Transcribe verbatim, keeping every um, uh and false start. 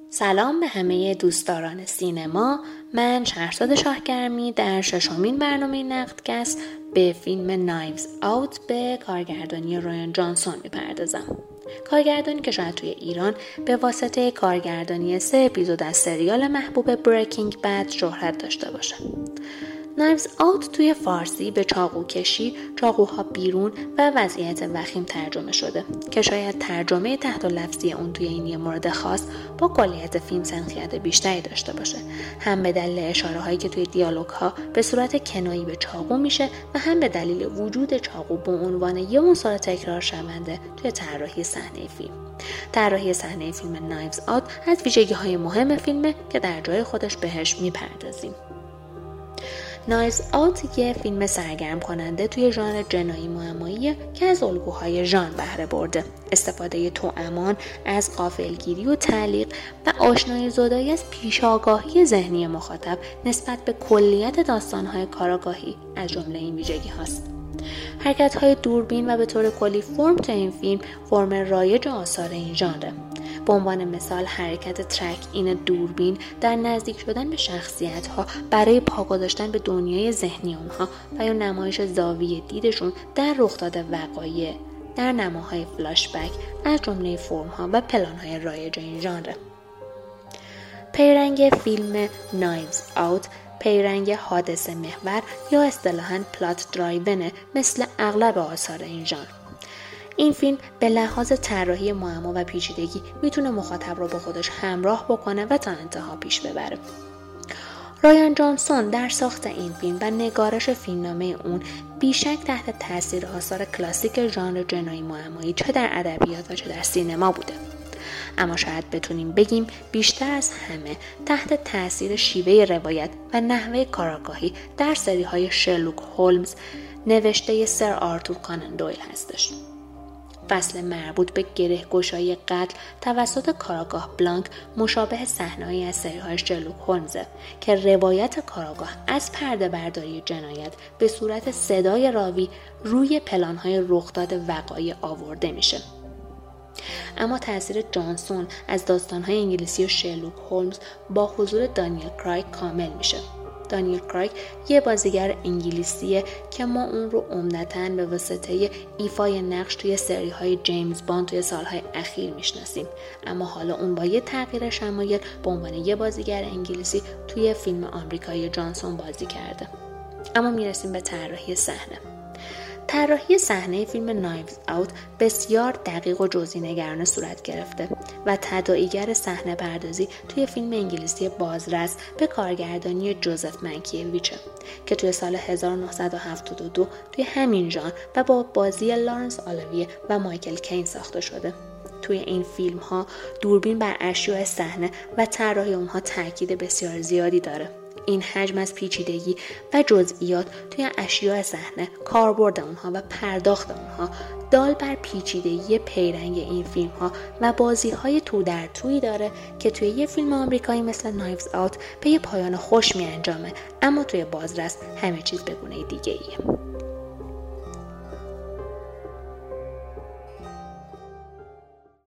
سلام به همه دوستداران سینما. من شهرزاد شاهگرمی در ششمین برنامه نقدکست به فیلم نایوز آوت به کارگردانی رایان جانسون میپردازم. کارگردانی که شاید توی ایران به واسطه کارگردانی سه اپیزود از سریال محبوب بریکینگ بد شهرت داشته باشه. نایوز آوت توی فارسی به چاقو کشی، چاقوها بیرون و وضعیت وخیم ترجمه شده که شاید ترجمه تحت لفظی اون توی این یه مورد خاص با کلیت فیلم سنخیت بیشتری داشته باشه، هم به دلیل اشاره هایی که توی دیالوگ ها به صورت کنایی به چاقو میشه و هم به دلیل وجود چاقو به عنوان یه عنصر تکرار شونده توی طراحی صحنه فیلم. طراحی صحنه فیلم نایوز آوت از ویژگی های مهم فیلمه که در جای خودش بهش میپردازیم. نایوز آوت یه فیلم سرگرم کننده توی ژانر جنایی معماییه که از الگوهای ژان بهره برده. استفاده توامان از غافلگیری و تعلیق و آشنایی زدایی از پیشاگاهی ذهنی مخاطب نسبت به کلیت داستانهای کاراگاهی از جمله این ویژگی هاست. حرکت‌های دوربین و به طور کلی فرم تا این فیلم فرم رایج آثار این ژانره. به عنوان مثال حرکت ترک این دوربین در نزدیک شدن به شخصیت‌ها برای پا گذاشتن به دنیای ذهنی اونها و یا نمایش زاویه دیدشون در رخداد وقایع در نماهای فلاش بک از جمله فرم‌ها و پلان‌های رایج این ژانر. پیرنگ فیلم نایوز آوت پیرنگ حادثه محور یا اصطلاحاً پلات درایون مثل اغلب آثار این ژانر. این فیلم به لحاظ طراحی معما و پیچیدگی میتونه مخاطب رو با خودش همراه بکنه و تا انتها پیش ببره. رایان جانسون در ساخت این فیلم و نگارش فیلمنامه اون بیشک تحت تاثیر آثار کلاسیک ژانر جنایی معمایی چه در ادبیات و چه در سینما بوده. اما شاید بتونیم بگیم بیشتر از همه تحت تاثیر شیوه روایت و نحوه کاراگاهی در سری‌های شرلوک هولمز نوشته سر آرتور کانان دویل هستش. فصل مربوط به گره‌گشایی قتل توسط کاراگاه بلانک مشابه صحنه‌ای از سری‌های شرلوک هولمزه که روایت کاراگاه از پرده برداری جنایت به صورت صدای راوی روی پلان‌های رخداد وقایع آورده میشه. اما تأثیر جانسون از داستان‌های انگلیسی شرلوک هولمز با حضور دانیل کرایگ کامل میشه. دانیل کرایگ یه بازیگر انگلیسیه که ما اون رو عمدتاً به واسطه ایفای نقش توی سری‌های جیمز باند توی سالهای اخیر میشناسیم، اما حالا اون با یه تغییر شمایل به عنوان یه بازیگر انگلیسی توی فیلم آمریکایی جانسون بازی کرده. اما میرسیم به طراحی صحنه. طراحی صحنه فیلم نایوز آوت بسیار دقیق و جزئی نگرانه صورت گرفته و تداعیگر صحنه پردازی توی فیلم انگلیسی بازرس به کارگردانی جوزف منکیویچه که توی سال هزار و نهصد و هفتاد و دو توی همین ژانر و با بازی لارنس آلیویه و مایکل کین ساخته شده. توی این فیلم ها دوربین بر اشیاء صحنه و طراحی اونها تاکید بسیار زیادی داره. این حجم از پیچیدگی و جزئیات توی اشیاء صحنه، کاربرد اونها و پرداخت اونها دال بر پیچیدگی پیرنگ این فیلم ها و بازی های تو در توی داره که توی یه فیلم آمریکایی مثل نایوز آوت به یه پایان خوش می انجامه، اما توی بازرس همه چیز به گونه دیگه ایه.